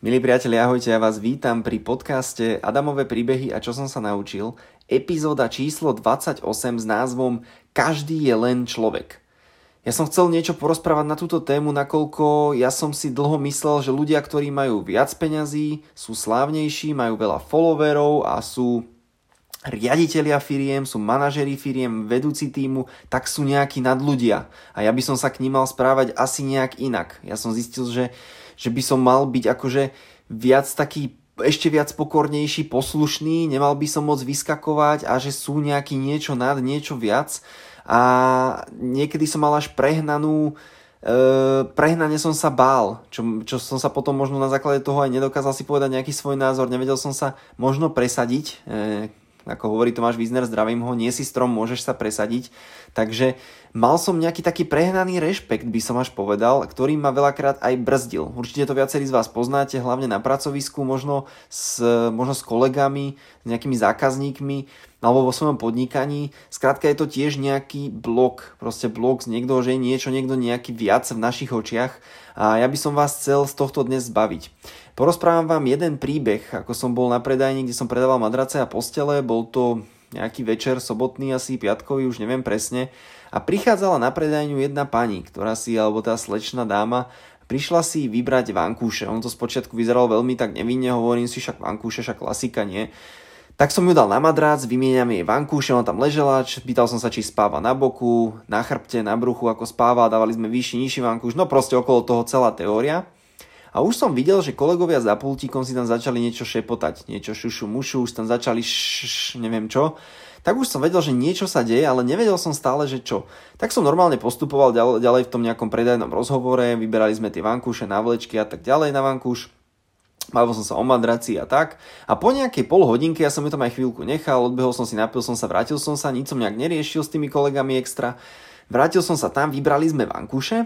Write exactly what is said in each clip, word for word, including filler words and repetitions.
Milí priatelia, ahojte, ja vás vítam pri podcaste Adamové príbehy a čo som sa naučil, epizóda číslo dvadsaťosem s názvom Každý je len človek. Ja som chcel niečo porozprávať na túto tému, nakoľko ja som si dlho myslel, že ľudia, ktorí majú viac peňazí, sú slávnejší, majú veľa followerov a sú riaditelia firiem, sú manažeri firiem, vedúci tímu, tak sú nejakí nadľudia. A ja by som sa k ním mal správať asi nejak inak. Ja som zistil, že že by som mal byť akože viac taký, ešte viac pokornejší, poslušný, nemal by som môcť vyskakovať a že sú nejaký niečo nad, niečo viac. A niekedy som mal až prehnanú, e, prehnane som sa bál, čo, čo som sa potom možno na základe toho aj nedokázal si povedať nejaký svoj názor, nevedel som sa možno presadiť, e, ako hovorí Tomáš Wiesner, zdravím ho, nie si strom, môžeš sa presadiť. Takže mal som nejaký taký prehnaný rešpekt, by som až povedal, ktorý ma veľakrát aj brzdil. Určite to viacerí z vás poznáte, hlavne na pracovisku, možno s, možno s kolegami, s nejakými zákazníkmi, alebo vo svojom podnikaní. Skrátka je to tiež nejaký blok, proste blok z niekto, že je niečo, niekto nejaký viac v našich očiach. A ja by som vás chcel z tohto dnes zbaviť. Porozprávam vám jeden príbeh, ako som bol na predajni, kde som predával madrace a postele, bol to nejaký večer, sobotný asi, piatkový, už neviem presne. A prichádzala na predajňu jedna pani, ktorá si, alebo tá slečná dáma, prišla si vybrať vankúše. On to spočiatku vyzeralo veľmi tak nevinne, hovorím si, však vankúše, však klasika, nie. Tak som ju dal na madrac, vymieniam jej vankúše, ona tam ležela, pýtal som sa, či spáva na boku, na chrbte, na bruchu, ako spáva, dávali sme vyšší, nižší vankúš, no proste okolo toho celá teória. A už som videl, že kolegovia za pultíkom si tam začali niečo šepotať, niečo šušu mušu, už tam začali šš, neviem čo. Tak už som vedel, že niečo sa deje, ale nevedel som stále, že čo. Tak som normálne postupoval ďalej, ďalej v tom nejakom predajnom rozhovore, vyberali sme tie vankúše, návlečky a tak ďalej na vankúš. Bavil som sa o madraci a tak. A po nejakej pol hodinke, ja som ju tam aj chvíľku nechal, odbehol som si, napil som sa, vrátil som sa, nič som nejak neriešil s tými kolegami extra. Vrátil som sa tam, vybrali sme vankúše.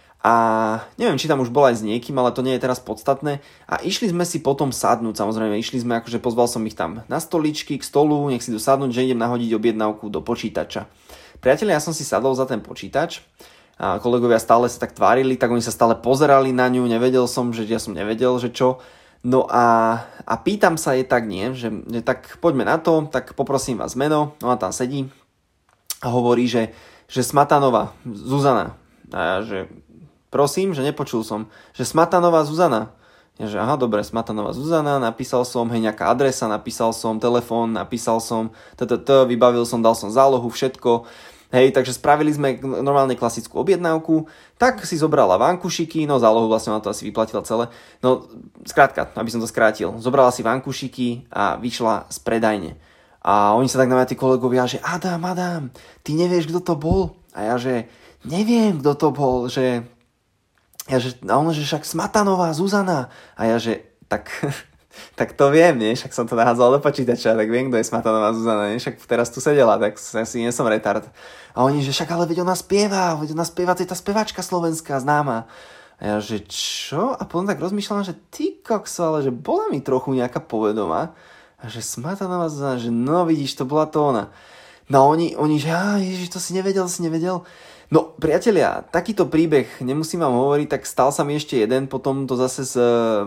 A neviem, či tam už bola aj s niekým, ale to nie je teraz podstatné. A išli sme si potom sadnúť, samozrejme, išli sme, akože pozval som ich tam na stoličky, k stolu, nech si tu sadnúť, že idem nahodiť objednávku do počítača. Priatelia, ja som si sadol za ten počítač a kolegovia stále sa tak tvárili, tak oni sa stále pozerali na ňu, nevedel som, že ja som nevedel, že čo. No a, a pýtam sa jej tak nie, že, že tak poďme na to, tak poprosím vás meno, ona tam sedí a hovorí, že, že Smatanová, Zuzana. A ja, že prosím, že nepočul som, že Smatanová Zuzana. Ja, že aha, dobre, Smatanová Zuzana, napísal som, hej, nejaká adresa, napísal som, telefón, napísal som, ttt, vybavil som, dal som zálohu, všetko. Hej, takže spravili sme normálne klasickú objednávku, tak si zobrala vankušiky, no zálohu vlastne ona to asi vyplatila celé. No, skrátka, aby som to skrátil, zobrala si vankušiky a vyšla z predajne. A oni sa tak na mňa tí kolegovia, že Adam, Adam, ty nevieš, kto to bol? A ja, že neviem, kto to bol, že Ja, že, a ono, že však Smatanová Zuzana. A ja, že tak, tak to viem, nie? Však som to nahádzal do počítača, tak viem, kto je Smatanová Zuzana, nie? Však teraz tu sedela, tak si nie som retard. A oni, že však ale veď ona spieva, veď ona spieva, to je tá spevačka slovenská, známa. A ja, že čo? A potom tak rozmýšľam, že ty kokso, ale že bola mi trochu nejaká povedomá. A že Smatanová Zuzana, že no vidíš, to bola to ona. No oni, oni že á, ježiš, to si nevedel, si nevedel. No, priatelia, takýto príbeh, nemusím vám hovoriť, tak stal sa mi ešte jeden, potom to zase s,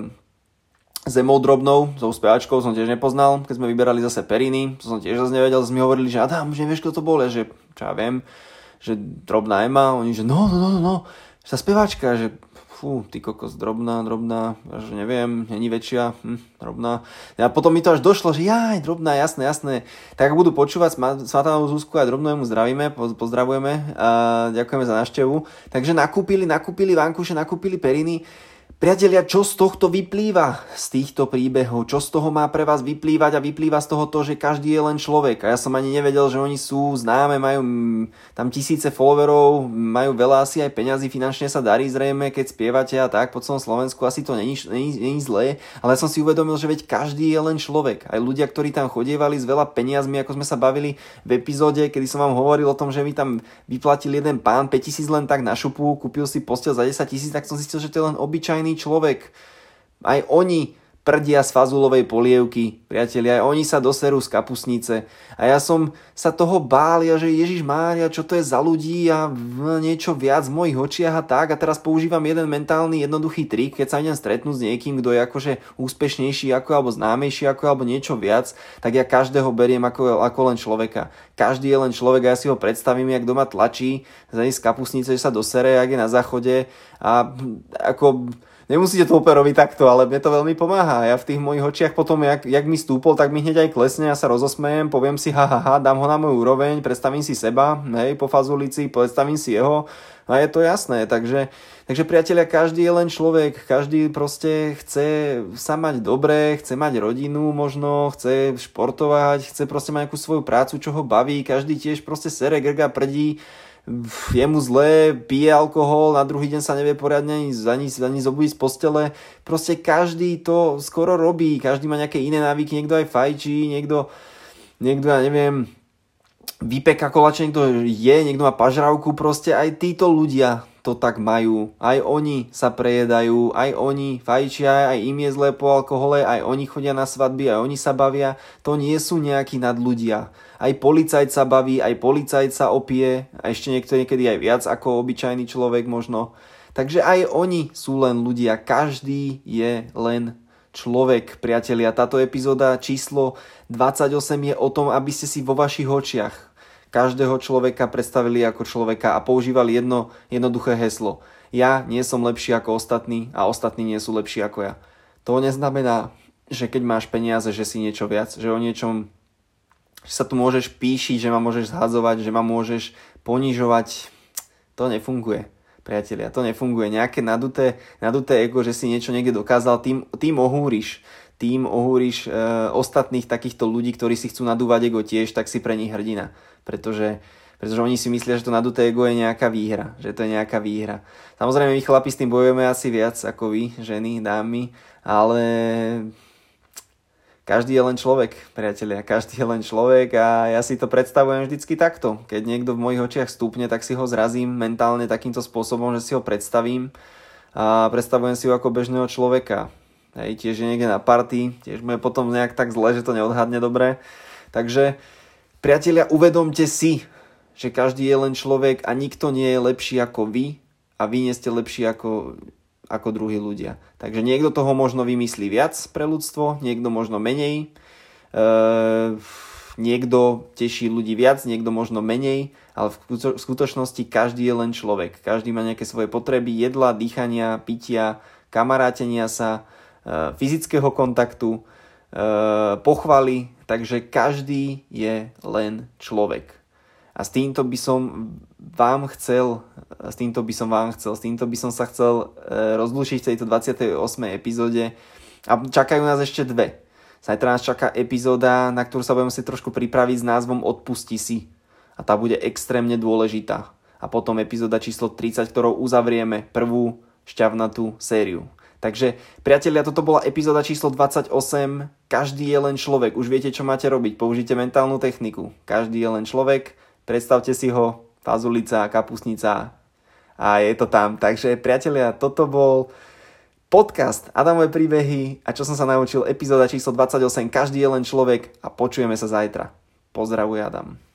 s Emou Drobnou, s speváčkou som tiež nepoznal, keď sme vyberali zase periny, to som tiež zase nevedel, zase mi hovorili, že Adam, že nevieš, kto to bol, ja, že čo ja viem, že Drobná Ema, oni, že no, no, no, no, že tá speváčka, že fú, ty kokos, drobná, drobná, ja, že neviem, není väčšia, hm, drobná. A potom mi to až došlo, že jaj, drobná, jasné, jasné. Tak ak budú počúvať Smatanovú Zuzku a drobnému zdravíme, pozdravujeme a ďakujeme za návštevu. Takže nakúpili, nakúpili vankúše, nakúpili periny. Priatelia, čo z tohto vyplýva z týchto príbehov? Čo z toho má pre vás vyplývať? A vyplýva z toho to, že každý je len človek. A ja som ani nevedel, že oni sú známe, majú tam tisíce followerov, majú veľa asi aj peňazí, finančne sa darí zrejme, keď spievate a tak po celom Slovensku, asi to není, není, není zlé. Ale ja som si uvedomil, že veď každý je len človek. Aj ľudia, ktorí tam chodievali s veľa peniazmi, ako sme sa bavili v epizóde, kedy som vám hovoril o tom, že mi tam vyplatil jeden pán päťtisíc len tak na šupu, kúpil si posteľ za desať tisíc, tak som zistil, že to je len obyčajný človek. Aj oni prdia z fazulovej polievky, priatelia, oni sa doserú z kapusnice a ja som sa toho bál, ja, že Ježiš Mária, čo to je za ľudí a niečo viac v mojich očiach a tak a teraz používam jeden mentálny jednoduchý trik, keď sa idem stretnúť s niekým, kto je akože úspešnejší ako alebo známejší ako alebo niečo viac, tak ja každého beriem ako, ako len človeka. Každý je len človek a ja si ho predstavím, jak doma tlačí z kapusnice, že sa dosere, jak je na záchode a ako... Nemusíte to úplne robiť takto, ale mne to veľmi pomáha. Ja v tých mojich očiach potom, jak, jak mi stúpol, tak mi hneď aj klesne, ja sa rozosmejem, poviem si ha, ha, ha, dám ho na moju úroveň, predstavím si seba, hej, po fazulici, predstavím si jeho a je to jasné. Takže, takže priatelia, každý je len človek, každý proste chce sa mať dobre, chce mať rodinu možno, chce športovať, chce proste mať nejakú svoju prácu, čo ho baví, každý tiež proste sere, grga, prdí, je mu zlé, pije alkohol, na druhý deň sa nevie poriadne ani, ani, ani zobudiť z postele. Proste každý to skoro robí, každý má nejaké iné návyky, niekto aj fajčí, niekto, niekto ja neviem, vypeka koláče, niekto je, niekto má pažravku, proste aj títo ľudia to tak majú. Aj oni sa prejedajú, aj oni fajčia, aj im je zlé po alkohole, aj oni chodia na svadby, aj oni sa bavia. To nie sú nejakí nadľudia. Aj policajt sa baví, aj policajt sa opije, a ešte niekto niekedy aj viac ako obyčajný človek možno. Takže aj oni sú len ľudia. Každý je len človek, priatelia. Táto epizóda číslo dvadsaťosem je o tom, aby ste si vo vašich očiach každého človeka predstavili ako človeka a používali jedno jednoduché heslo. Ja nie som lepší ako ostatní a ostatní nie sú lepší ako ja. To neznamená, že keď máš peniaze, že si niečo viac, že o niečom, že sa tu môžeš píšiť, že ma môžeš zhadzovať, že ma môžeš ponižovať. To nefunguje, priatelia, to nefunguje. Nejaké naduté, naduté ego, že si niečo niekde dokázal, tým, tým ohúriš. Tým ohúriš e, ostatných takýchto ľudí, ktorí si chcú nadúvať ego tiež, tak si pre nich hrdina. Pretože, pretože oni si myslia, že to naduté ego je nejaká výhra. Že to je nejaká výhra. Samozrejme, my chlapi s tým bojujeme asi viac ako vy, ženy, dámy, ale každý je len človek, priatelia. Každý je len človek a ja si to predstavujem vždycky takto. Keď niekto v mojich očiach stúpne, tak si ho zrazím mentálne takýmto spôsobom, že si ho predstavím a predstavujem si ho ako bežného človeka. Hej, tiež je niekde na party, tiež mu je potom nejak tak zle, že to neodhadne dobre. Takže, priatelia, uvedomte si, že každý je len človek a nikto nie je lepší ako vy a vy nie ste lepší ako, ako druhí ľudia. Takže niekto toho možno vymyslí viac pre ľudstvo, niekto možno menej, e, niekto teší ľudí viac, niekto možno menej, ale v skutočnosti každý je len človek. Každý má nejaké svoje potreby, jedla, dýchania, pitia, kamarátenia sa, fyzického kontaktu, pochvaly, takže každý je len človek. A s týmto by som vám chcel, s týmto by som vám chcel, s týmto by som sa chcel rozlúčiť v tejto dvadsiatej ôsmej epizóde a čakajú nás ešte dve. Zajtra nás čaká epizóda, na ktorú sa budeme si trošku pripraviť s názvom Odpusti si. A tá bude extrémne dôležitá. A potom epizóda číslo tridsať, ktorou uzavrieme prvú šťavnatú sériu. Takže, priatelia, toto bola epizóda číslo dvadsaťosem. Každý je len človek. Už viete, čo máte robiť. Použite mentálnu techniku. Každý je len človek. Predstavte si ho. Fazulica, kapustnica. A je to tam. Takže, priatelia, toto bol podcast Adamové príbehy. A čo som sa naučil? Epizóda číslo dvadsaťosem. Každý je len človek. A počujeme sa zajtra. Pozdravuje Adam.